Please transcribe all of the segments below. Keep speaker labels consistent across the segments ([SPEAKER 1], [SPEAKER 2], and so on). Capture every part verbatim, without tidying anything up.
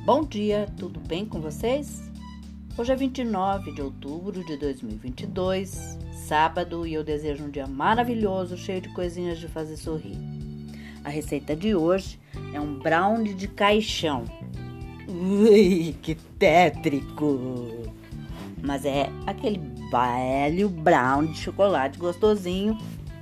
[SPEAKER 1] Bom dia, tudo bem com vocês? Hoje é vinte e nove de outubro de dois mil e vinte e dois, sábado, e eu desejo um dia maravilhoso, cheio de coisinhas de fazer sorrir. A receita de hoje é um brownie de caixão. Ui, que tétrico! Mas é aquele velho brownie de chocolate gostosinho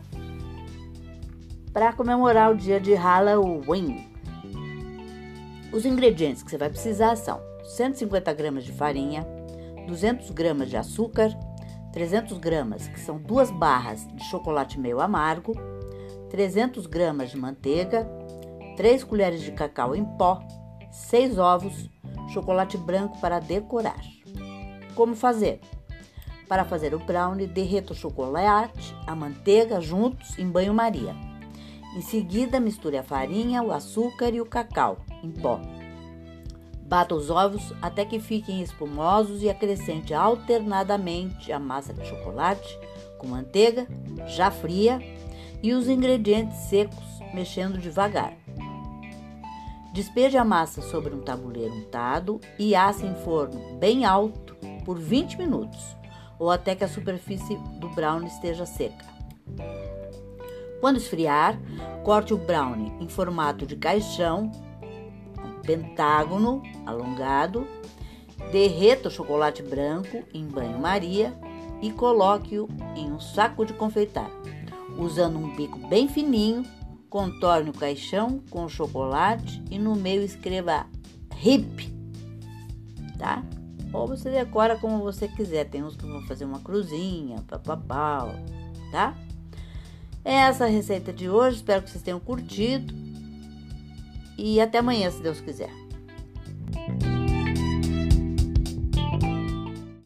[SPEAKER 1] para comemorar o dia de Halloween. Os ingredientes que você vai precisar são cento e cinquenta gramas de farinha, duzentas gramas de açúcar, trezentas gramas, que são duas barras de chocolate meio amargo, trezentas gramas de manteiga, três colheres de cacau em pó, seis ovos, chocolate branco para decorar. Como fazer? Para fazer o brownie, derreta o chocolate, a manteiga juntos em banho-maria. Em seguida, misture a farinha, o açúcar e o cacau em pó. Bata os ovos até que fiquem espumosos e acrescente alternadamente a massa de chocolate com manteiga já fria e os ingredientes secos, mexendo devagar. Despeje a massa sobre um tabuleiro untado e asse em forno bem alto por vinte minutos, ou até que a superfície do brownie esteja seca. Quando esfriar, corte o brownie em formato de caixão, um pentágono alongado, derreta o chocolate branco em banho-maria e coloque-o em um saco de confeitar. Usando um bico bem fininho, contorne o caixão com o chocolate e no meio escreva hip, tá? Ou você decora como você quiser, tem uns que vão fazer uma cruzinha, papapá, tá? Essa é a receita de hoje, espero que vocês tenham curtido e até amanhã, se Deus quiser.